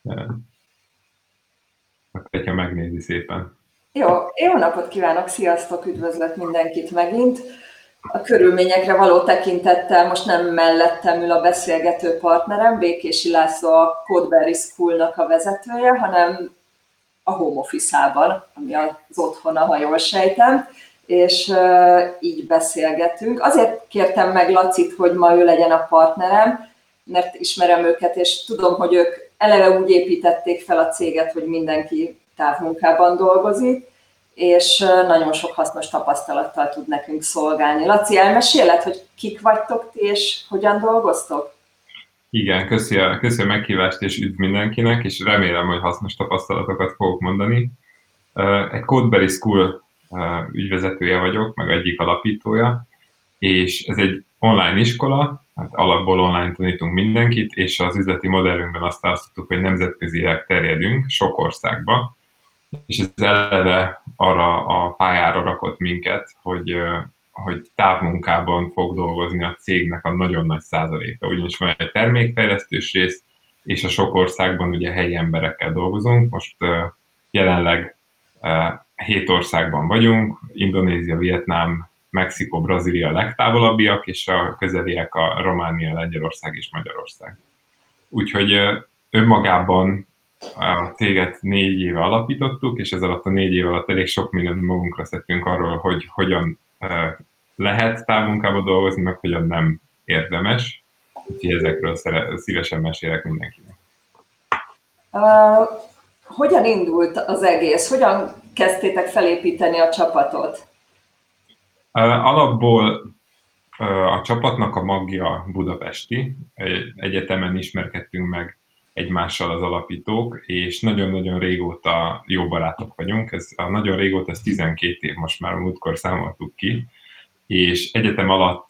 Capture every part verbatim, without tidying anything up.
Hogyha megnézi szépen. Jó, jó napot kívánok, sziasztok, üdvözlök mindenkit megint. A körülményekre való tekintettel most nem mellettem ül a beszélgető partnerem, Békési László, a Codeberry School-nak a vezetője, hanem a home office-ában, ami az otthona, ha jól sejtem, és uh, így beszélgetünk. Azért kértem meg Lacit, hogy ma ő legyen a partnerem, mert ismerem őket, és tudom, hogy ők eleve úgy építették fel a céget, hogy mindenki távmunkában dolgozik, és nagyon sok hasznos tapasztalattal tud nekünk szolgálni. Laci, elmeséled, hogy kik vagytok ti, és hogyan dolgoztok? Igen, köszi a, köszi a meghívást, és üdv mindenkinek, és remélem, hogy hasznos tapasztalatokat fogok mondani. Egy Codeberry School ügyvezetője vagyok, meg egyik alapítója, és ez egy online iskola, hát alapból online tanítunk mindenkit, és az üzleti modellünkben azt választottuk, hogy nemzetközileg terjedünk sok országba, és ez eleve arra a pályára rakott minket, hogy, hogy távmunkában fog dolgozni a cégnek a nagyon nagy százaléka. Ugyanis van egy termékfejlesztős rész, és a sok országban ugye helyi emberekkel dolgozunk. Most jelenleg hét országban vagyunk, Indonézia, Vietnám, Mexikó, Brazília a legtávolabbiak, és a közeliek a Románia, Lengyelország és Magyarország. Úgyhogy önmagában a céget négy éve alapítottuk, és ez alatt a négy év alatt elég sok mindent magunkra szedtünk arról, hogy hogyan lehet távmunkába dolgozni, meg hogyan nem érdemes. Úgyhogy ezekről szívesen mesélek mindenkinek. Uh, hogyan indult az egész? Hogyan kezdtétek felépíteni a csapatot? Uh, alapból uh, a csapatnak a magja budapesti. Egyetemen ismerkedtünk meg egymással az alapítók, és nagyon-nagyon régóta jó barátok vagyunk. Ez a nagyon régóta, ez tizenkét év, most már múltkor számoltuk ki, és egyetem alatt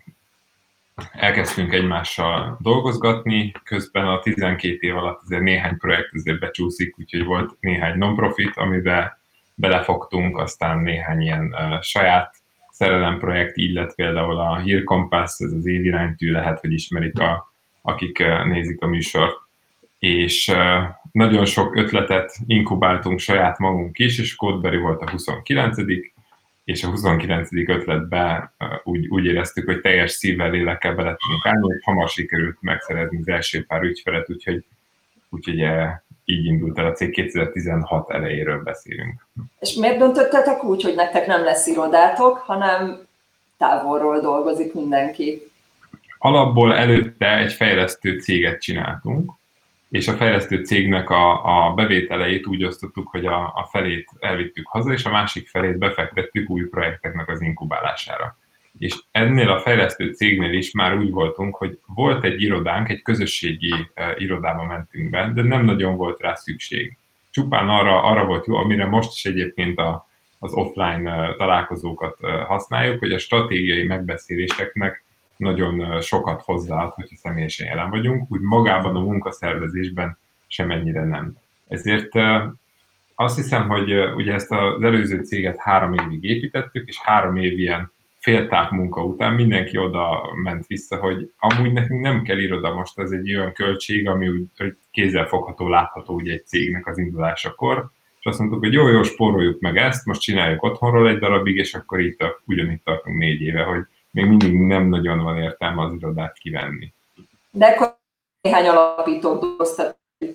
elkezdtünk egymással dolgozgatni, közben a tizenkét év alatt azért néhány projekt azért becsúszik, úgyhogy volt néhány non-profit, amiben belefogtunk, aztán néhány ilyen uh, saját szerelemprojekt, így lett például a Hírkompassz, ez az éviránytű, lehet, hogy ismerik, a, akik uh, nézik a műsort, és nagyon sok ötletet inkubáltunk saját magunk is, és Codeberry volt a huszonkilencedik és a huszonkilencedik ötletben úgy, úgy éreztük, hogy teljes szívvel, lélekkel bele tudunk állni, hogy hamar sikerült megszerezni az első pár ügyfelet, úgyhogy, úgyhogy így indult el a cég, kétezer-tizenhat elejéről beszélünk. És miért döntöttetek úgy, hogy nektek nem lesz irodátok, hanem távolról dolgozik mindenki? Alapból előtte egy fejlesztő céget csináltunk, és a fejlesztő cégnek a, a bevételeit úgy osztottuk, hogy a, a felét elvittük haza, és a másik felét befektettük új projekteknek az inkubálására. És ennél a fejlesztő cégnél is már úgy voltunk, hogy volt egy irodánk, egy közösségi uh, irodába mentünk be, de nem nagyon volt rá szükség. Csupán arra, arra volt jó, amire most is egyébként a, az offline uh, találkozókat uh, használjuk, hogy a stratégiai megbeszéléseknek nagyon sokat hozzáad, hogyha személyesen jelen vagyunk, úgy magában a munkaszervezésben semennyire nem. Ezért azt hiszem, hogy ugye ezt az előző céget három évig építettük, és három év ilyen féltáv munka után mindenki oda ment vissza, hogy amúgy nekünk nem kell iroda, most ez egy olyan költség, ami úgy kézzelfogható, látható ugye egy cégnek az indulásakor, és azt mondtuk, hogy jó, jó, spóroljuk meg ezt, most csináljuk otthonról egy darabig, és akkor így ugyanígy tartunk négy éve, hogy még mindig nem nagyon van értelme az irodát kivenni. De akkor néhány alapítót dolgoztatok.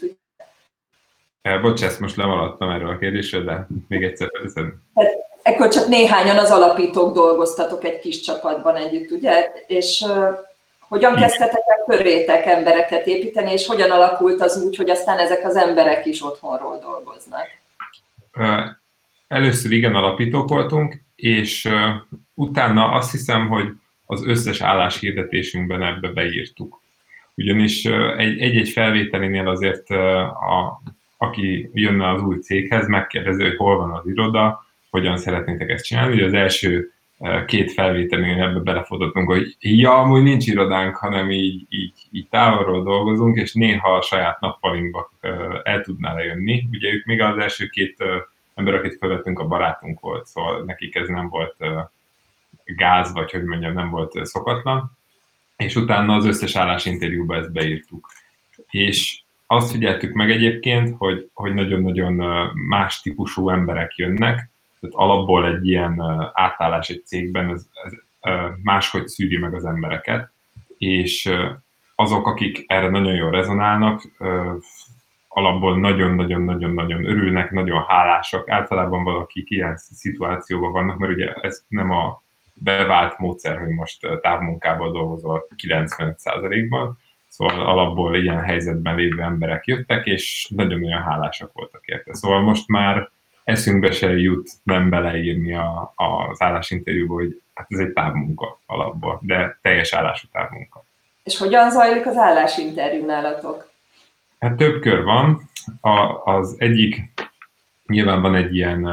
Bocs, ezt most lemaradtam erről a kérdésről, de még egyszer veszem. Ekkor csak néhányan az alapítók dolgoztatok egy kis csapatban együtt, ugye? És uh, hogyan kezdtetek el körétek embereket építeni, és hogyan alakult az úgy, hogy aztán ezek az emberek is otthonról dolgoznak? Uh, először igen, alapítók voltunk, és uh, utána azt hiszem, hogy az összes álláshirdetésünkben ebbe beírtuk. Ugyanis uh, egy-egy felvételénél azért uh, a, aki jönne az új céghez, megkérdezi, hogy hol van az iroda, hogyan szeretnétek ezt csinálni. Ugye az első uh, két felvételénél ebbe belefordultunk, hogy ja, amúgy nincs irodánk, hanem így, így, így távolról dolgozunk, és néha a saját nappalinkba uh, el tudnál jönni. Ugye ők még az első két uh, ember, akit felvettünk, a barátunk volt, szóval nekik ez nem volt uh, gáz, vagy hogy mondjam, nem volt uh, szokatlan, és utána az összes állásinterjúba ezt beírtuk. És azt figyeltük meg egyébként, hogy, hogy nagyon-nagyon más típusú emberek jönnek, tehát alapból egy ilyen átállás egy cégben ez, ez máshogy szűri meg az embereket, és azok, akik erre nagyon jól rezonálnak, alapból nagyon-nagyon-nagyon-nagyon örülnek, nagyon hálásak. Általában valakik ilyen szituációban vannak, mert ugye ez nem a bevált módszer, hogy most távmunkában dolgozol kilencvenöt százalékban, szóval alapból ilyen helyzetben lévő emberek jöttek, és nagyon-nagyon hálásak voltak érte. Szóval most már eszünkbe se jut nem beleírni a, az állásinterjúba, hogy hát ez egy távmunka alapból, de teljes állású távmunka. És hogyan zajlik az állásinterjú nálatok? Hát több kör van. A, az egyik, nyilván van egy ilyen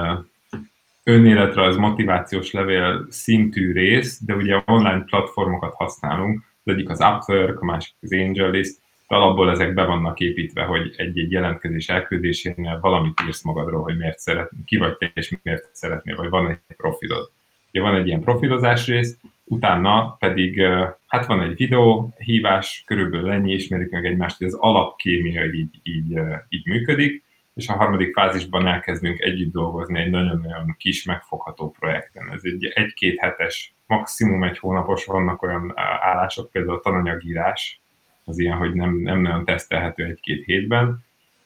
önéletrajz, motivációs levél szintű rész, de ugye online platformokat használunk. Az egyik az Upwork, a másik az AngelList, de alapból ezek be vannak építve, hogy egy-egy jelentkezés elküldésénél valamit írsz magadról, hogy miért szeretnél, ki vagy te és miért szeretnél, vagy van egy profilod. Ugye van egy ilyen profilozás rész, utána pedig hát van egy videóhívás, körülbelül ennyi, ismerik meg egymást, hogy az alapkémia így, így, így működik, és a harmadik fázisban elkezdünk együtt dolgozni egy nagyon-nagyon kis, megfogható projekten. Ez egy egy-két hetes, maximum egy hónapos, vannak olyan állások, például a tananyagírás, az ilyen, hogy nem, nem nagyon tesztelhető egy-két hétben,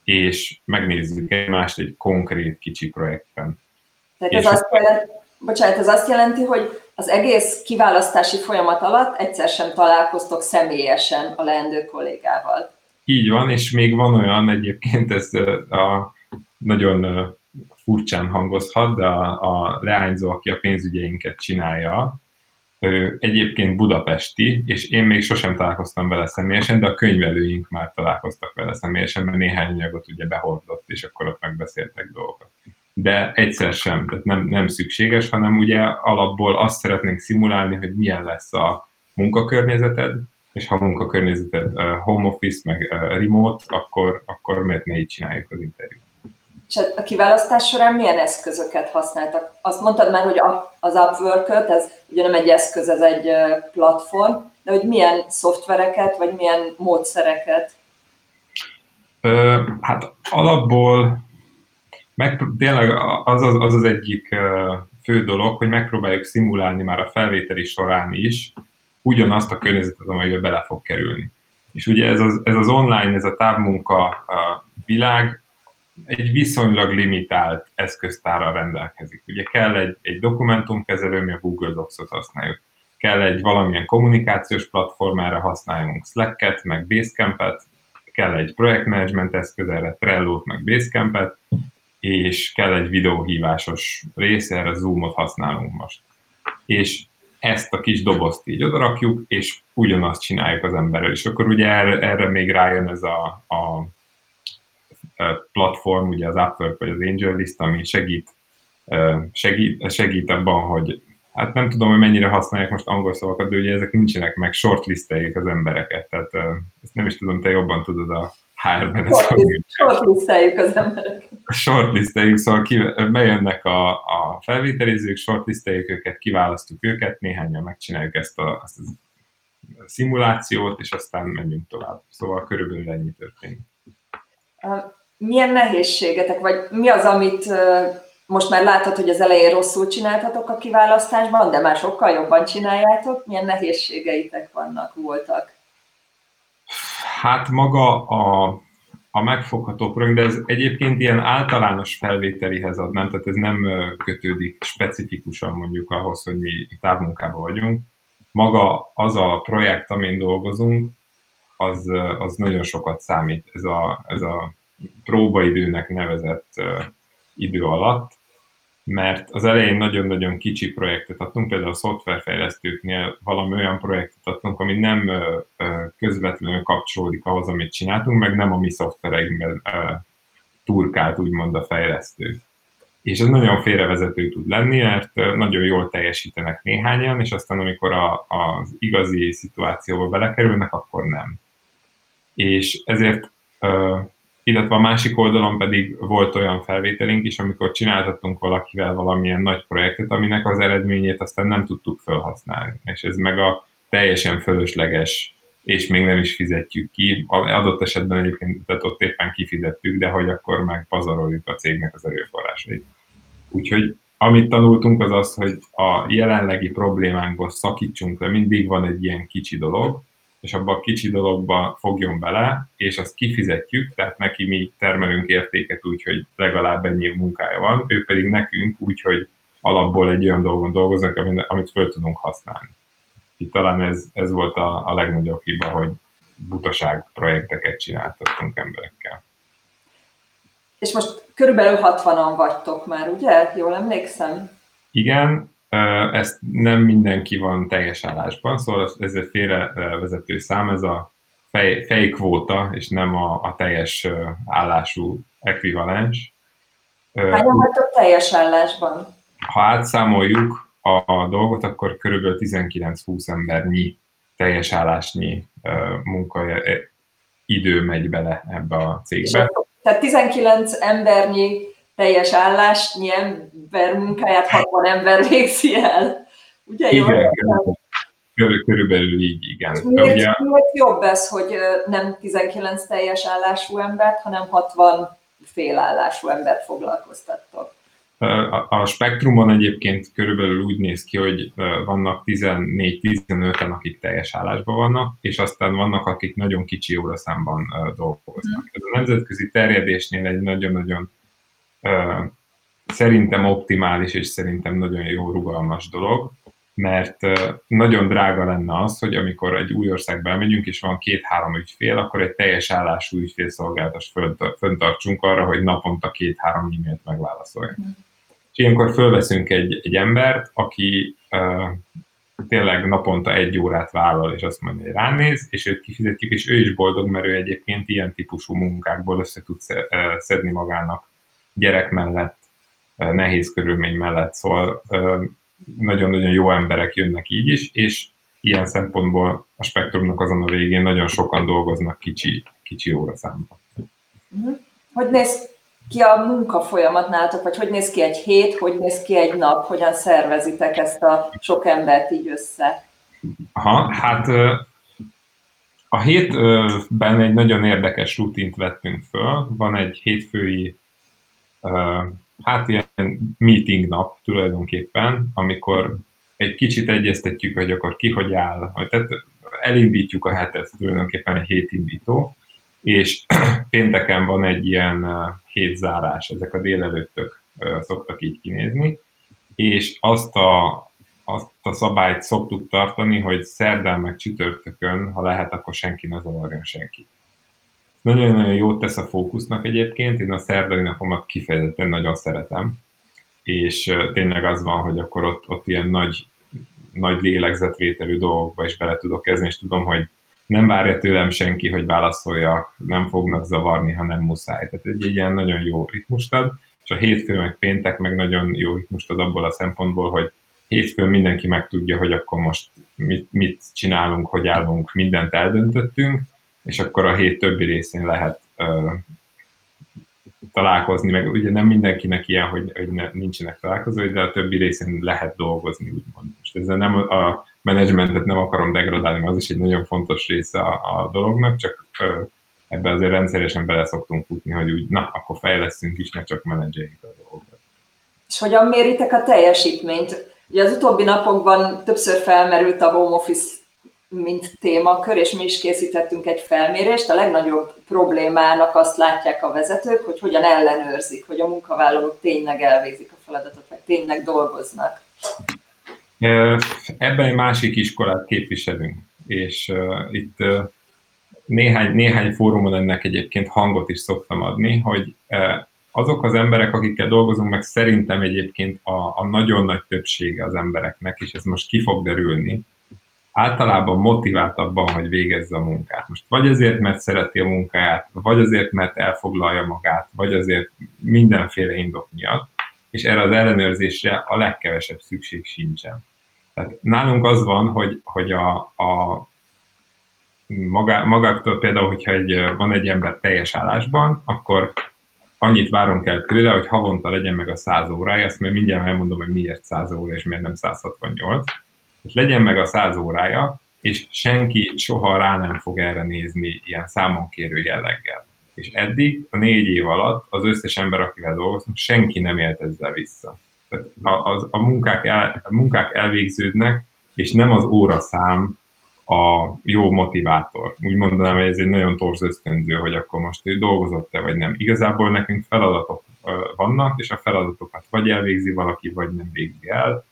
és megnézzük egymást egy konkrét kicsi projektben. Tehát ez azt, jelenti, bocsánat, ez azt jelenti, hogy az egész kiválasztási folyamat alatt egyszer sem találkoztok személyesen a leendő kollégával. Így van, és még van olyan, egyébként ez a, nagyon furcsán hangozhat, de a, a leányzó, aki a pénzügyeinket csinálja, ő egyébként budapesti, és én még sosem találkoztam vele személyesen, de a könyvelőink már találkoztak vele személyesen, mert néhány anyagot ugye behordott, és akkor ott megbeszéltek dolgokat. De egyszer sem, tehát nem, nem szükséges, hanem ugye alapból azt szeretnénk szimulálni, hogy milyen lesz a munkakörnyezeted, és ha a munkakörnyezeted uh, home office, meg uh, remote, akkor, akkor miért ne így csináljuk az interjút. És a kiválasztás során milyen eszközöket használtak? Azt mondtad már, hogy az Upwork-öt, ez ugye nem egy eszköz, ez egy platform, de hogy milyen szoftvereket, vagy milyen módszereket? Ö, hát alapból meg, tényleg az az, az az egyik fő dolog, hogy megpróbáljuk szimulálni már a felvételi során is ugyanazt a környezetet, amelybe bele fog kerülni. És ugye ez az, ez az online, ez a távmunka világ egy viszonylag limitált eszköztárral rendelkezik. Ugye kell egy, egy dokumentumkezelő, mi a Google Docs-ot használjuk. Kell egy valamilyen kommunikációs platformára használjunk Slack-et, meg Basecamp-et, kell egy projektmenedzsment eszköz, erre Trello-t, meg Basecamp-et, és kell egy videóhívásos rész, erre Zoom-ot használunk most. És ezt a kis dobozt így odarakjuk, és ugyanazt csináljuk az emberrel. És akkor ugye erre, erre még rájön ez a, a platform, ugye az Upwork vagy az AngelList, ami segít, segít, segít abban, hogy hát nem tudom, hogy mennyire használják most angol szavakat, de ugye ezek nincsenek meg, shortlisteljük az embereket, tehát ezt nem is tudom, te jobban tudod a há er-ben. Shortlisteljük az embereket. Shortlisteljük, szóval ki, bejönnek a, a felvételizők, shortlisteljük őket, kiválasztjuk őket, néhányan megcsináljuk ezt a, ezt a szimulációt, és aztán menjünk tovább. Szóval körülbelül ennyi történik. Milyen nehézségetek, vagy mi az, amit most már látod, hogy az elején rosszul csináltatok a kiválasztásban, de már sokkal jobban csináljátok? Milyen nehézségeitek vannak, voltak? Hát maga a, a megfogható projekt, de ez egyébként ilyen általános felvételihez adnám, tehát ez nem kötődik specifikusan mondjuk ahhoz, hogy mi távmunkában vagyunk. Maga az a projekt, amin dolgozunk, az, az nagyon sokat számít. Ez a, ez a próbaidőnek nevezett uh, idő alatt, mert az elején nagyon-nagyon kicsi projektet adtunk, például a szoftverfejlesztőknél valami olyan projektet adtunk, ami nem uh, közvetlenül kapcsolódik ahhoz, amit csináltunk, meg nem a mi szoftvereinkben uh, turkált úgymond a fejlesztő. És ez nagyon félrevezető tud lenni, mert nagyon jól teljesítenek néhányan, és aztán amikor a, az igazi szituációba belekerülnek, akkor nem. És ezért uh, illetve a másik oldalon pedig volt olyan felvételünk is, amikor csináltattunk valakivel valamilyen nagy projektet, aminek az eredményét aztán nem tudtuk felhasználni. És ez meg a teljesen fölösleges és még nem is fizetjük ki. Adott esetben egyébként tehát ott éppen kifizettük, de hogy akkor meg pazaroljuk a cégnek az erőforrásait. Úgyhogy amit tanultunk az az, hogy a jelenlegi problémánkból szakítsunk le, mindig van egy ilyen kicsi dolog, és abba a kicsi dologba fogjon bele, és azt kifizetjük, tehát neki mi termelünk értéket úgy, hogy legalább ennyi munkája van, ő pedig nekünk úgy, hogy alapból egy olyan dolgon dolgoznak, amit föl tudunk használni. Itt talán ez, ez volt a, a legnagyobb hiba, hogy butaság projekteket csináltattunk emberekkel. És most körülbelül hatvanan vagytok már, ugye? Jól emlékszem? Igen, ezt nem mindenki van teljes állásban, szóval ez egy félrevezető szám, ez a fej, fejkvóta, és nem a, a teljes állású ekvivalens. Hányan vagytok teljes állásban? Ha átszámoljuk a dolgot, akkor körülbelül tizenkilenc-húsz embernyi teljes állásnyi munkaidő megy bele ebbe a cégbe. Tehát tizenkilenc embernyi teljes állásnyi ember munkáját hatvan ember végzi el. Ugye igen, körülbelül, körül, körülbelül így, igen. Miért, Ugye, miért jobb ez, hogy nem tizenkilenc teljes állású embert, hanem hatvan félállású embert foglalkoztattok? A, a spektrumon egyébként körülbelül úgy néz ki, hogy vannak tizennégy-tizenöten, akik teljes állásban vannak, és aztán vannak, akik nagyon kicsi óraszámban dolgoznak. Ez a nemzetközi terjedésnél egy nagyon-nagyon szerintem optimális, és szerintem nagyon jó rugalmas dolog, mert nagyon drága lenne az, hogy amikor egy új országba elmegyünk, és van két-három ügyfél, akkor egy teljes állású ügyfélszolgáltatást föntartsunk arra, hogy naponta két-három e-mailt megválaszolják. Mm. És ilyenkor fölveszünk egy, egy embert, aki uh, tényleg naponta egy órát vállal, és azt mondja, hogy ránéz, és őt kifizetjük, és ő is boldog, mert ő egyébként ilyen típusú munkákból össze tud szedni magának gyerek mellett, nehéz körülmény mellett, szóval nagyon-nagyon jó emberek jönnek így is, és ilyen szempontból a spektrumnak azon a végén nagyon sokan dolgoznak kicsi, kicsi óraszámban. Hogy néz ki a munkafolyamat nálatok, vagy hogy néz ki egy hét, hogy néz ki egy nap, hogyan szervezitek ezt a sok embert így össze? Aha, hát a hétben egy nagyon érdekes rutint vettünk föl. Van egy hétfői hát ilyen meeting nap tulajdonképpen, amikor egy kicsit egyeztetjük, hogy akkor ki hogy áll, tehát elindítjuk a hetet, tulajdonképpen egy hétindító, és pénteken van egy ilyen hétzárás, ezek a délelőttök szoktak így kinézni, és azt a, azt a szabályt szoktuk tartani, hogy szerdán meg csütörtökön, ha lehet, akkor senki ne zavarjon senkit. Nagyon-nagyon jót tesz a fókusznak egyébként, én a szerdai napomat kifejezetten nagyon szeretem, és tényleg az van, hogy akkor ott, ott ilyen nagy, nagy lélegzetvételű dolgokba is bele tudok kezdeni, és tudom, hogy nem várja tőlem senki, hogy válaszoljak, nem fognak zavarni, ha nem muszáj. Tehát egy ilyen nagyon jó ritmust ad, és a hétfő meg péntek meg nagyon jó ritmust ad abból a szempontból, hogy hétfőn mindenki megtudja, hogy akkor most mit, mit csinálunk, hogy állunk, mindent eldöntöttünk, és akkor a hét többi részén lehet uh, találkozni, meg ugye nem mindenkinek ilyen, hogy, hogy ne, nincsenek találkozói, de a többi részén lehet dolgozni, úgymond. Most ezzel nem a menedzsmentet nem akarom degradálni, mert az is egy nagyon fontos része a, a dolognak, csak uh, ebben azért rendszeresen bele szoktunk futni, hogy úgy, na, akkor fejlesztünk is, ne csak menedzseljük a dolgokat. És hogyan méritek a teljesítményt? Ugye az utóbbi napokban többször felmerült a home office mint témakör, és mi is készítettünk egy felmérést. A legnagyobb problémának azt látják a vezetők, hogy hogyan ellenőrzik, hogy a munkavállalók tényleg elvégzik a feladatot, meg tényleg dolgoznak. Ebben egy másik iskolát képviselünk, és uh, itt uh, néhány, néhány fórumon ennek egyébként hangot is szoktam adni, hogy uh, azok az emberek, akikkel dolgozunk, meg szerintem egyébként a, a nagyon nagy többsége az embereknek, és ez most ki fog derülni, általában motivált abban, hogy végezze a munkát. Most vagy azért, mert szereti a munkáját, vagy azért, mert elfoglalja magát, vagy azért mindenféle indok miatt, és erre az ellenőrzésre a legkevesebb szükség sincsen. Tehát nálunk az van, hogy, hogy a, a magá, magáktól például, hogyha egy, van egy ember teljes állásban, akkor annyit várunk el tőle, hogy havonta legyen meg a száz órája, azt mert mindjárt elmondom, hogy miért száz óra és miért nem száz hatvannyolc, és legyen meg a száz órája, és senki soha rá nem fog erre nézni ilyen számonkérő jelleggel. És eddig, a négy év alatt az összes ember, akivel dolgozunk, senki nem élt ezzel vissza. Tehát a, a, a, munkák el, a munkák elvégződnek, és nem az óraszám a jó motivátor. Úgy mondanám, hogy ez egy nagyon torz ösztönző, hogy akkor most ő dolgozott-e, vagy nem. Igazából nekünk feladatok vannak, és a feladatokat vagy elvégzi valaki, vagy nem végzi el.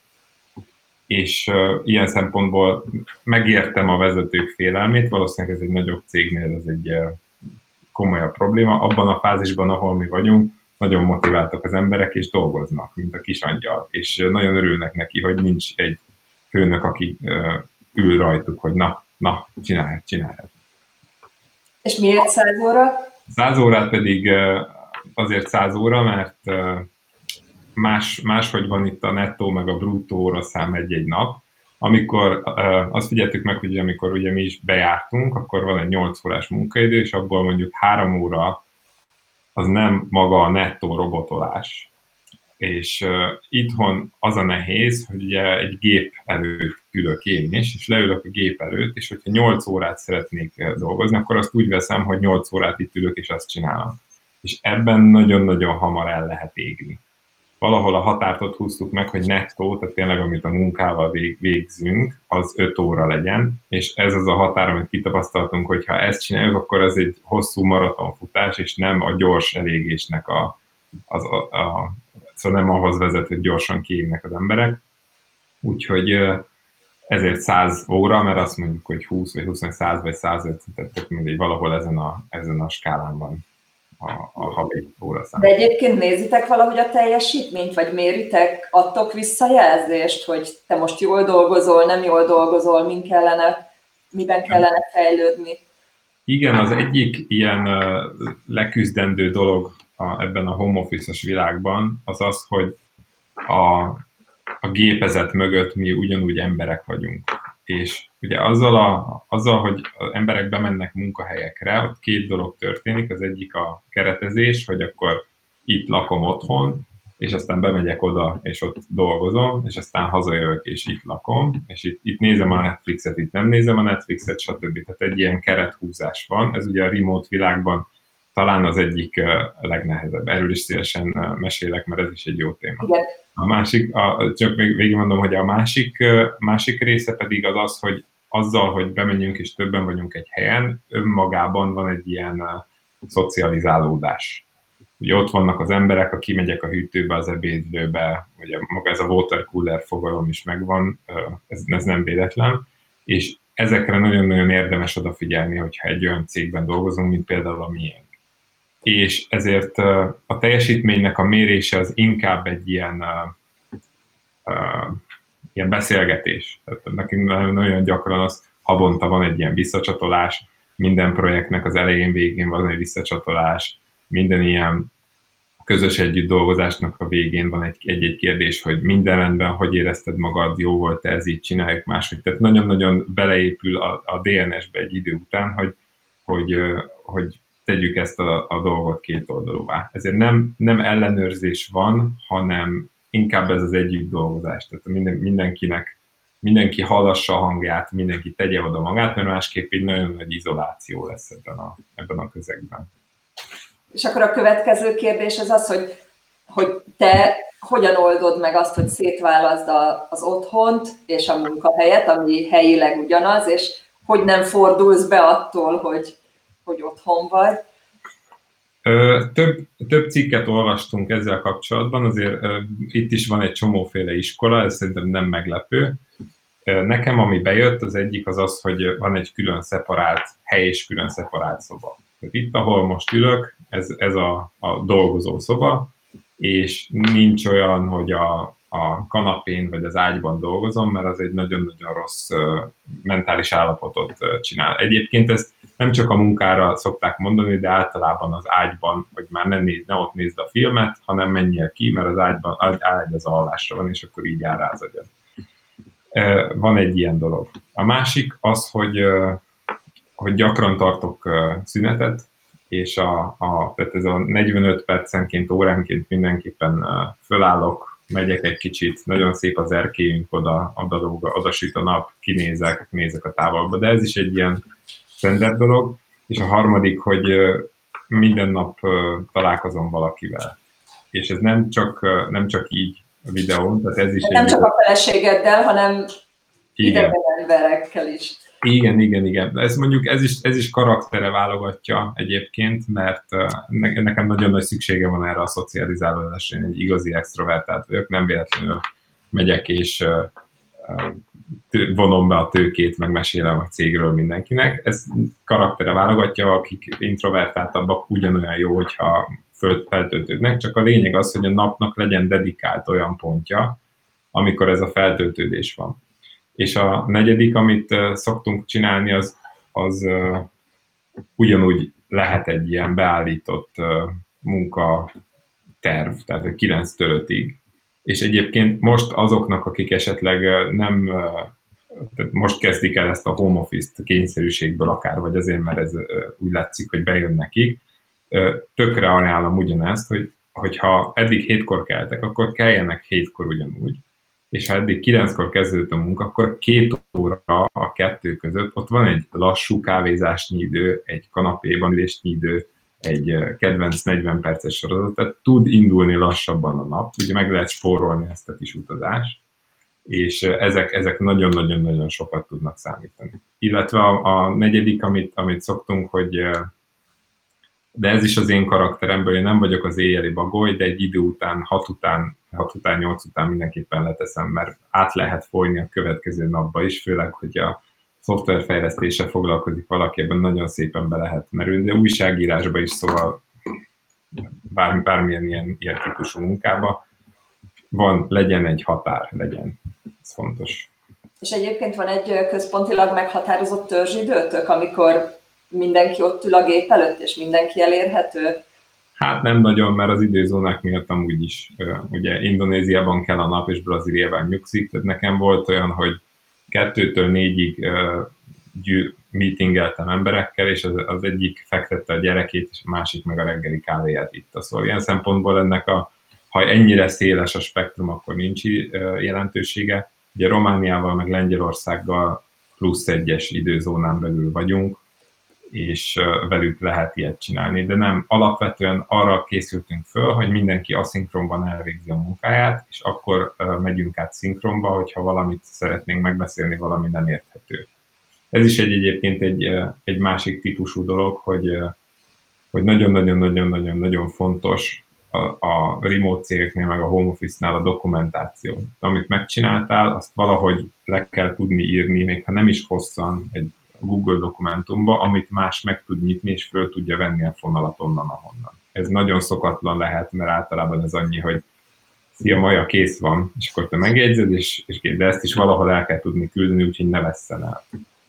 És uh, ilyen szempontból megértem a vezetők félelmét, valószínűleg ez egy nagyobb cégnél ez egy uh, komolyabb probléma. Abban a fázisban, ahol mi vagyunk, nagyon motiváltak az emberek, és dolgoznak, mint a kis angyal. És uh, nagyon örülnek neki, hogy nincs egy főnök, aki uh, ül rajtuk, hogy na, na, csinálj, csinálj. És miért száz óra? Száz órát pedig uh, azért száz óra, mert uh, Más, máshogy van itt a nettó meg a bruttó óraszám egy-egy nap. Amikor uh, azt figyeltük meg, hogy amikor ugye mi is bejártunk, akkor van egy nyolc órás munkaidő, és abból mondjuk három óra az nem maga a nettó robotolás. És uh, itthon az a nehéz, hogy ugye egy gép előtt ülök én is, és leülök a gép előtt, és hogyha nyolc órát szeretnék dolgozni, akkor azt úgy veszem, hogy nyolc órát itt ülök, és azt csinálom. És ebben nagyon-nagyon hamar el lehet égni. Valahol a határt ott húztuk meg, hogy nettó, tehát tényleg amit a munkával vég, végzünk, az öt óra legyen, és ez az a határ, amit kitapasztaltunk, hogy ha ezt csináljuk, akkor ez egy hosszú maratonfutás, és nem a gyors elégésnek a, az, a, a szóval nem ahhoz vezet, hogy gyorsan kiégnek az emberek. Úgyhogy ezért száz óra, mert azt mondjuk, hogy húsz, vagy húsz, száz, vagy százöt, tehát mindegy, valahol ezen a, ezen a skálán van a, a havi óraszám. De egyébként nézitek valahogy a teljesítményt, vagy méritek, adtok visszajelzést, hogy te most jól dolgozol, nem jól dolgozol, min kellene, miben kellene fejlődni? Igen, az egyik ilyen leküzdendő dolog a, ebben a home office-os világban az az, hogy a, a gépezet mögött mi ugyanúgy emberek vagyunk. És ugye azzal, a, azzal, hogy az emberek bemennek munkahelyekre, ott két dolog történik. Az egyik a keretezés, hogy akkor itt lakom otthon, és aztán bemegyek oda, és ott dolgozom, és aztán hazajövök, és itt lakom, és itt, itt nézem a Netflixet, itt nem nézem a Netflixet, stb. Tehát egy ilyen kerethúzás van. Ez ugye a remote világban talán az egyik legnehezebb. Erről is szívesen mesélek, mert ez is egy jó téma. Igen. A másik, a, csak még végig mondom, hogy a másik, másik része pedig az az, hogy azzal, hogy bemenjünk és többen vagyunk egy helyen, önmagában van egy ilyen uh, szocializálódás. Ugye ott vannak az emberek, ha kimegyek a hűtőbe, az ebédlőbe, ugye maga ez a water cooler fogalom is megvan, uh, ez, ez nem véletlen, és ezekre nagyon-nagyon érdemes odafigyelni, hogyha egy olyan cégben dolgozunk, mint például a miénk. És ezért uh, a teljesítménynek a mérése az inkább egy ilyen, uh, uh, ilyen beszélgetés. Tehát nekünk nagyon gyakran az havonta van egy ilyen visszacsatolás, minden projektnek az elején, végén van egy visszacsatolás, minden ilyen közös együtt dolgozásnak a végén van egy, egy-egy kérdés, hogy minden rendben, hogy érezted magad, jó volt, ez így csináljuk máshogy. Tehát nagyon-nagyon beleépül a, a dé en es-be egy idő után, hogy, hogy, hogy tegyük ezt a, a dolgot kétoldalúvá. Ezért nem, nem ellenőrzés van, hanem inkább ez az együtt dolgozás. Tehát minden, mindenkinek, mindenki hallassa a hangját, mindenki tegye oda magát, mert másképp egy nagyon nagy izoláció lesz ebben a, ebben a közegben. És akkor a következő kérdés az az, hogy, hogy te hogyan oldod meg azt, hogy szétválaszd az otthont és a munkahelyet, ami helyileg ugyanaz, és hogy nem fordulsz be attól, hogy, hogy otthon vagy? Több, több cikket olvastunk ezzel kapcsolatban, azért itt is van egy csomóféle iskola, ez szerintem nem meglepő. Nekem, ami bejött, az egyik az az, hogy van egy külön szeparált hely és külön szeparált szoba. Itt, ahol most ülök, ez, ez a, a dolgozó szoba, és nincs olyan, hogy a, a kanapén vagy az ágyban dolgozom, mert az egy nagyon-nagyon rossz uh, mentális állapotot uh, csinál. Egyébként ezt nem csak a munkára szokták mondani, de általában az ágyban, hogy már ne, néz, ne ott nézd a filmet, hanem menjél ki, mert az ágyban ágy, ágy az alvásra van, és akkor így áll az agyad. Uh, van egy ilyen dolog. A másik az, hogy, uh, hogy gyakran tartok uh, szünetet, és a, a, tehát ez a negyvenöt percenként, óránként mindenképpen uh, fölállok, megyek egy kicsit, nagyon szép az erkélyünk, oda, oda, oda süt a nap, kinézek, nézek a távolba, de ez is egy ilyen standard dolog. És a harmadik, hogy minden nap találkozom valakivel. És ez nem csak, nem csak így a videón, tehát ez is nem egy... csak a feleségeddel, hanem idegen emberekkel is. Igen, igen, igen. Ez mondjuk ez is, ez is karaktere válogatja egyébként, mert nekem nagyon nagy szüksége van erre a szocializálódásra, én egy igazi extrovertált vagyok, nem véletlenül megyek és vonom be a tőkét, meg mesélem a cégről mindenkinek. Ez karaktere válogatja, akik introvertáltabbak ugyanolyan jó, hogyha feltöltődnek, csak a lényeg az, hogy a napnak legyen dedikált olyan pontja, amikor ez a feltöltődés van. És a negyedik, amit szoktunk csinálni, az, az ugyanúgy lehet egy ilyen beállított munkaterv, tehát kilenctől ötig. És egyébként most azoknak, akik esetleg nem, tehát most kezdik el ezt a home office-t kényszerűségből akár, vagy azért, mert ez úgy látszik, hogy bejön nekik, tökre ajánlom ugyanezt, hogy hogyha eddig hétkor keltek, akkor keljenek hétkor ugyanúgy, és ha eddig kilenckor kezdődött a munka, akkor két óra a kettő között ott van egy lassú kávézásnyi idő, egy kanapéban ülésnyi idő, egy kedvenc negyven perces sorozat, tehát tud indulni lassabban a nap, ugye meg lehet spórolni ezt a kis utazást, és ezek, ezek nagyon-nagyon-nagyon sokat tudnak számítani. Illetve a, a negyedik, amit, amit szoktunk, hogy de ez is az én karakteremből, én nem vagyok az éjjeli bagoly, de egy idő után, hat után, hat után, nyolc után mindenképpen leteszem, mert át lehet folyni a következő napba is, főleg, hogy a szoftverfejlesztéssel foglalkozik valaki, ebben nagyon szépen be lehet merülni, de újságírásba is, szóval bármi, bármilyen ilyen, ilyen típusú munkába van, legyen egy határ, legyen. Ez fontos. És egyébként van egy központilag meghatározott törzsidőtök, amikor mindenki ott ül a gép előtt, és mindenki elérhető? Hát nem nagyon, mert az időzónák miatt amúgy is, ugye Indonéziában kell a nap, és Brazíliában nyugszik, tehát nekem volt olyan, hogy kettőtől négyig gyű, meetingeltem emberekkel, és az, az egyik fektette a gyerekét, és a másik meg a reggeli kávéját itta. Szóval ilyen szempontból ennek a, ha ennyire széles a spektrum, akkor nincs jelentősége. Ugye Romániával, meg Lengyelországgal plusz egyes időzónán belül vagyunk, és velük lehet ilyet csinálni, de nem, alapvetően arra készültünk föl, hogy mindenki aszinkronban elvégzi a munkáját, és akkor megyünk át szinkronba, hogyha valamit szeretnénk megbeszélni, valami nem érthető. Ez is egy egyébként egy, egy másik típusú dolog, hogy, hogy nagyon-nagyon-nagyon-nagyon fontos a, a remote cégeknél, meg a home office-nál a dokumentáció. Amit megcsináltál, azt valahogy le kell tudni írni, még ha nem is hosszan, egy Google dokumentumba, amit más meg tud nyitni, és föl tudja venni a fonalat onnan, ahonnan. Ez nagyon szokatlan lehet, mert általában ez annyi, hogy szia, Maja, kész van, és akkor te megjegyzed, és, és de ezt is valahol el kell tudni küldeni, úgyhogy ne vesszen el.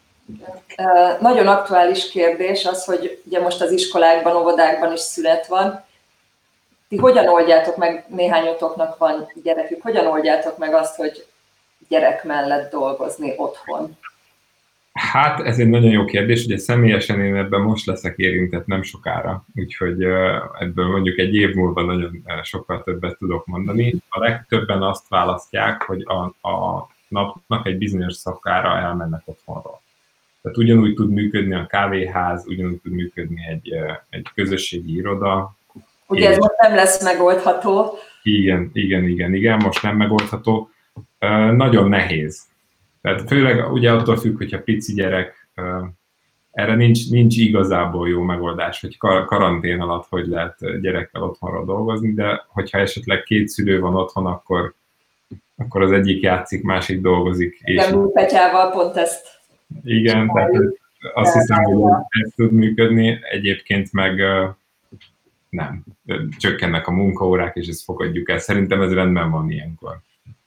Nagyon aktuális kérdés az, hogy ugye most az iskolákban, óvodákban is szünet van. Ti hogyan oldjátok meg, néhányotoknak van gyerekük, hogyan oldjátok meg azt, hogy gyerek mellett dolgozni otthon? Hát ez egy nagyon jó kérdés, ugye személyesen én ebben most leszek érintett nem sokára, úgyhogy ebből mondjuk egy év múlva nagyon sokkal többet tudok mondani. A legtöbben azt választják, hogy a, a napnak egy bizonyos szakára elmennek otthonról. Tehát ugyanúgy tud működni a kávéház, ugyanúgy tud működni egy, egy közösségi iroda. Ugye ez most nem lesz megoldható. Igen, igen, igen, igen, most nem megoldható. Nagyon nehéz. Tehát főleg ugye attól függ, hogyha pici gyerek, erre nincs, nincs igazából jó megoldás, hogy karantén alatt hogy lehet gyerekkel otthonról dolgozni, de hogyha esetleg két szülő van otthon, akkor, akkor az egyik játszik, másik dolgozik. Igen, és Petyával pont ezt. Igen, tehát azt hiszem, hogy ez tud működni, egyébként meg nem. Csökkennek a munkaórák, és ezt fogadjuk el. Szerintem ez rendben van ilyenkor.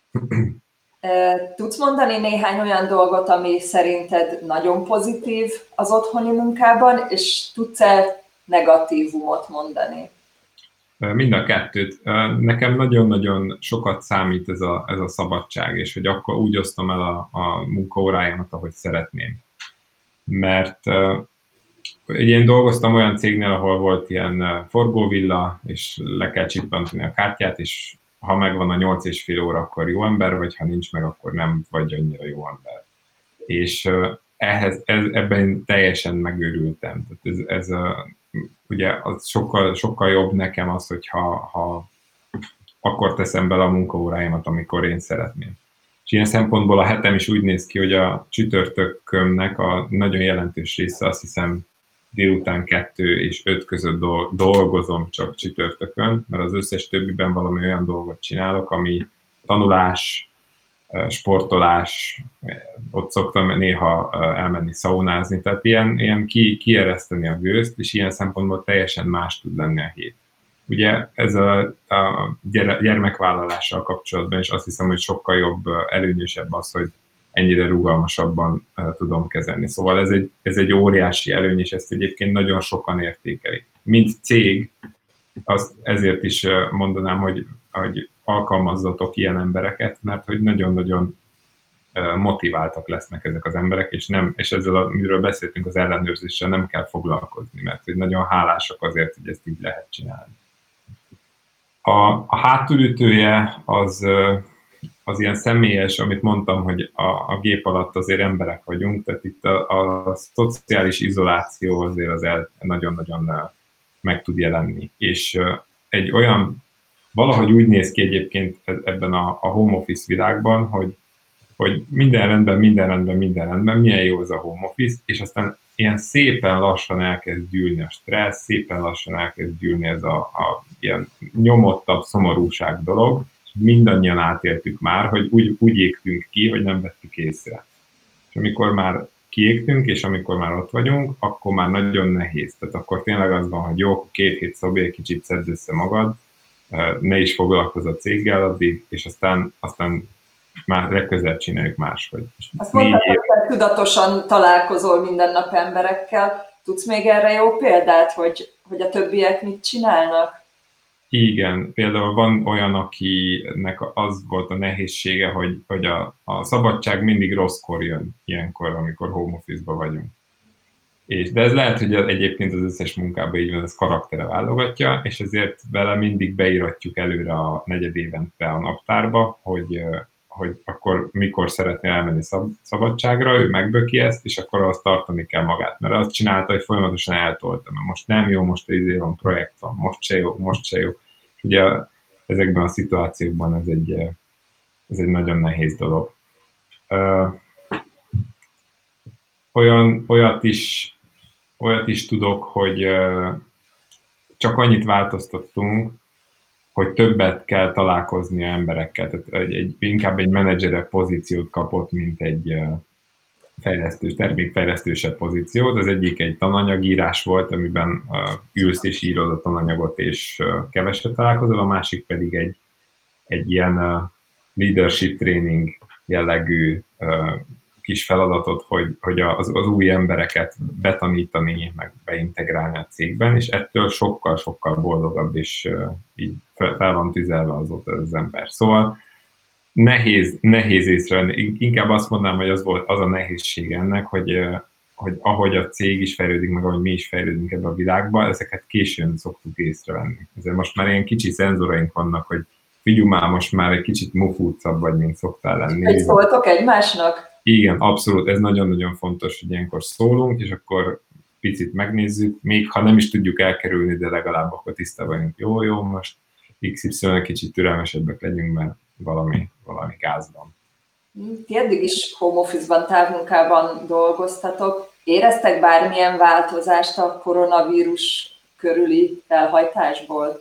Tudsz mondani néhány olyan dolgot, ami szerinted nagyon pozitív az otthoni munkában, és tudsz-e negatívumot mondani? Mind a kettőt. Nekem nagyon-nagyon sokat számít ez a, ez a szabadság, és hogy akkor úgy osztom el a, a munkaóráimat, ahogy szeretném. Mert én dolgoztam olyan cégnél, ahol volt ilyen forgóvilla, és le kell csippantani a kártyát, és ha megvan a nyolc és fél óra, akkor jó ember, vagy ha nincs meg, akkor nem vagy annyira jó ember. És ehhez, ez, ebben teljesen megőrültem. Tehát ez, ez a, ugye az sokkal, sokkal jobb nekem az, hogyha ha akkor teszem bele a munkaóráimat, amikor én szeretném. És ilyen szempontból a hetem is úgy néz ki, hogy a csütörtökömnek a nagyon jelentős része, azt hiszem délután kettő és öt között dolgozom csak csütörtökön, mert az összes többiben valami olyan dolgot csinálok, ami tanulás, sportolás, ott szoktam néha elmenni szaunázni, tehát ilyen, ilyen ki, kiereszteni a gőzt, és ilyen szempontból teljesen más tud lenni a hét. Ugye ez a, a gyermekvállalással kapcsolatban is azt hiszem, hogy sokkal jobb, előnyösebb az, hogy ennyire rugalmasabban tudom kezelni. Szóval ez egy, ez egy óriási előny, és ezt egyébként nagyon sokan értékelik. Mint cég, azt ezért is mondanám, hogy, hogy alkalmazzatok ilyen embereket, mert hogy nagyon-nagyon motiváltak lesznek ezek az emberek, és, nem, és ezzel, amiről beszéltünk, az ellenőrzéssel nem kell foglalkozni, mert hogy nagyon hálásak azért, hogy ezt így lehet csinálni. A, a hátulütője az, az ilyen személyes, amit mondtam, hogy a, a gép alatt azért emberek vagyunk, tehát itt a, a szociális izoláció azért az el, nagyon-nagyon meg tud jelenni. És egy olyan, valahogy úgy néz ki egyébként ebben a, a home office világban, hogy, hogy minden rendben, minden rendben, minden rendben, milyen jó az a home office, és aztán ilyen szépen lassan elkezd gyűlni a stressz, szépen lassan elkezd gyűlni ez a, a ilyen nyomottabb szomorúság dolog, mindannyian átéltük már, hogy úgy, úgy égtünk ki, hogy nem vettük észre. És amikor már kiégtünk, és amikor már ott vagyunk, akkor már nagyon nehéz. Tehát akkor tényleg az van, hogy jó, két hét szobé, kicsit szedd össze magad, ne is foglalkozz a céggel addig, és aztán, aztán már legközelebb csináljuk máshogy. Azt mondtad, hogy te tudatosan találkozol minden nap emberekkel. Tudsz még erre jó példát, hogy, hogy a többiek mit csinálnak? Igen, például van olyan, akinek az volt a nehézsége, hogy, hogy a, a szabadság mindig rosszkor jön ilyenkor, amikor home office-ban vagyunk. És, de ez lehet, hogy egyébként az összes munkában így van, ez karaktere válogatja, és ezért vele mindig beíratjuk előre a negyed évente a naptárba, hogy, hogy akkor mikor szeretné elmenni szab, szabadságra, ő megböki ezt, és akkor azt tartani kell magát. Mert azt csinálta, hogy folyamatosan eltolta, mert most nem jó, most izé van, projekt van, most se jó, most se jó. És ugye ezekben a szituációkban ez egy, ez egy nagyon nehéz dolog. Olyan, olyat is Olyat is tudok, hogy csak annyit változtattunk, hogy többet kell találkozni a emberekkel. Tehát egy, egy, inkább egy menedzserebb pozíciót kapott, mint egy fejlesztő, termékfejlesztősebb pozíciót. Az egyik egy tananyagírás volt, amiben ülsz és írod a tananyagot, és keveset találkozol, a másik pedig egy, egy ilyen leadership training jellegű kis feladatot, hogy, hogy az, az új embereket betanítani, meg beintegrálni a cégben, és ettől sokkal-sokkal boldogabb, és uh, így fel, fel van tüzelve azóta az ember. Szóval nehéz, nehéz észrevenni. Inkább azt mondanám, hogy az volt az a nehézség ennek, hogy, uh, hogy ahogy a cég is fejlődik, meg ahogy mi is fejlődünk ebbe a világba, ezeket későn szoktuk észrevenni. Ezért most már ilyen kicsi szenzoraink vannak, hogy figyelj már, most már egy kicsit mufúcabb vagy, mint szoktál lenni. Hogy szóltok egymásnak? Igen, abszolút, ez nagyon-nagyon fontos, hogy ilyenkor szólunk, és akkor picit megnézzük, még ha nem is tudjuk elkerülni, de legalább akkor tisztában vagyunk, jó, jó, most iksz ipszilon kicsit türelmesebbek legyünk, mert valami, valami gáz van. Ti eddig is home office-ban, távmunkában dolgoztatok. Éreztek bármilyen változást a koronavírus körüli elhajtásból?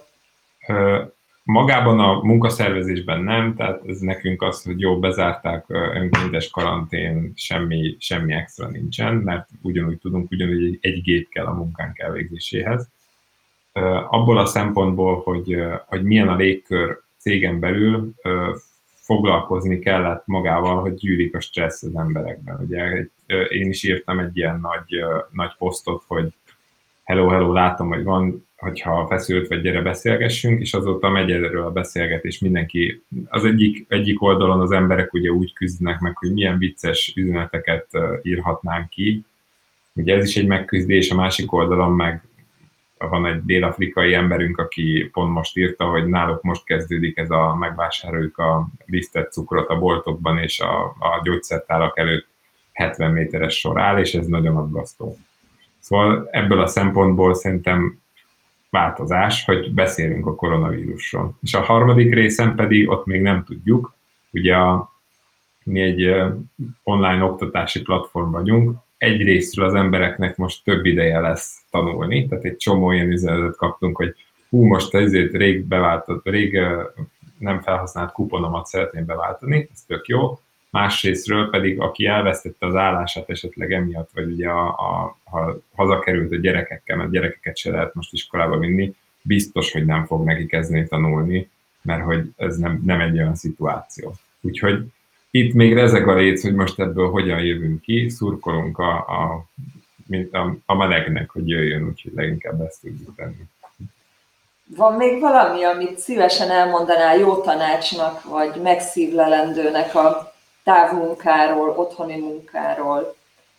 Magában a munkaszervezésben nem, tehát ez nekünk az, hogy jó, bezárták, önkéntes karantén, semmi, semmi extra nincsen, mert ugyanúgy tudunk, ugyanúgy egy, egy gép kell a munkánk elvégzéséhez. Abból a szempontból, hogy, hogy milyen a légkör cégen belül, foglalkozni kellett magával, hogy gyűlik a stressz az emberekben. Ugye én is írtam egy ilyen nagy, nagy posztot, hogy hello, hello, látom, hogy van, hogyha feszült vagy, gyere beszélgessünk, és azóta megy erről a beszélgetés. Mindenki, az egyik, egyik oldalon az emberek ugye úgy küzdenek meg, hogy milyen vicces üzeneteket írhatnánk ki. Ugye ez is egy megküzdés, a másik oldalon meg van egy dél-afrikai emberünk, aki pont most írta, hogy náluk most kezdődik ez a megvásároljuk a lisztet cukrot a boltokban, és a, a gyógyszertárak előtt hetven méteres sor áll, és ez nagyon aggasztó. Szóval ebből a szempontból szerintem változás, hogy beszélünk a koronavírusról. És a harmadik részen pedig ott még nem tudjuk, ugye a, mi egy online oktatási platform vagyunk, egyrésztről az embereknek most több ideje lesz tanulni, tehát egy csomó ilyen üzenetet kaptunk, hogy hú, most ezért rég beváltott, rég nem felhasznált kuponomat szeretném beváltani, ez tök jó. Másrésztről pedig, aki elvesztette az állását esetleg emiatt, vagy ugye a, a, ha hazakerült a gyerekekkel, mert gyerekeket se lehet most iskolába vinni, biztos, hogy nem fog neki kezdeni tanulni, mert hogy ez nem, nem egy olyan szituáció. Úgyhogy itt még rezeg a léc, hogy most ebből hogyan jövünk ki, szurkolunk a, a, a, a melegnek, hogy jöjjön, úgyhogy leginkább ezt tudjuk tenni. Van még valami, amit szívesen elmondanál jó tanácsnak, vagy megszívlelendőnek a távmunkáról, otthoni munkáról?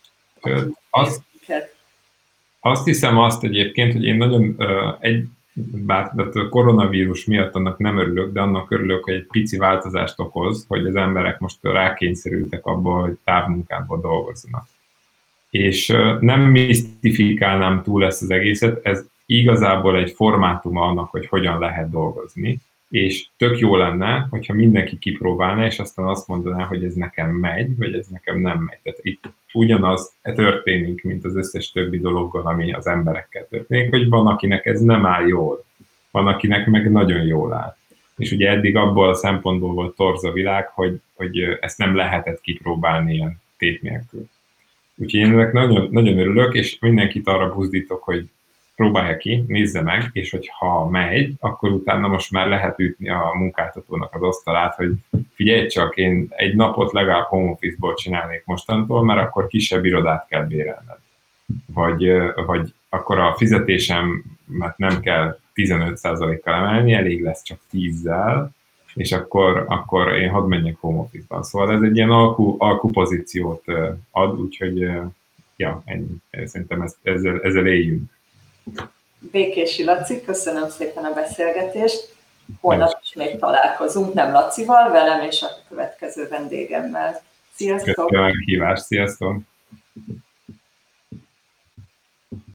Azt, azt hiszem azt egyébként, hogy én nagyon egy, bár a koronavírus miatt annak nem örülök, de annak örülök, hogy egy pici változást okoz, hogy az emberek most rákényszerültek abból, hogy távmunkában dolgozzanak. És nem misztifikálnám túl ezt az egészet, ez igazából egy formátuma annak, hogy hogyan lehet dolgozni, és tök jó lenne, hogyha mindenki kipróbálna, és aztán azt mondaná, hogy ez nekem megy, vagy ez nekem nem megy. Tehát itt ugyanaz történik, mint az összes többi dologgal, ami az emberekkel történik, hogy van, akinek ez nem áll jól, van, akinek meg nagyon jól áll. És ugye eddig abból a szempontból volt torz a világ, hogy, hogy ezt nem lehetett kipróbálni ilyen tét nélkül. Úgyhogy én ennek nagyon, nagyon örülök, és mindenkit arra buzdítok, hogy próbálja ki, nézze meg, és hogyha megy, akkor utána most már lehet ütni a munkáltatónak az asztalát, hogy figyelj csak, én egy napot legalább home office-ból csinálnék mostantól, mert akkor kisebb irodát kell bérelned. Vagy, vagy akkor a fizetésemet nem kell tizenöt százalékkal emelni, elég lesz csak tízzel, és akkor, akkor én hadd menjek home office-ban. Szóval ez egy ilyen alkú, alkupozíciót ad, úgyhogy ja, ennyi. Szerintem ezt, ezzel, ezzel éljünk. Békési Laci, köszönöm szépen a beszélgetést. Holnap is még találkozunk, nem Lacival, velem és a következő vendégemmel. Sziasztok! Köszönöm a kívást, sziasztok!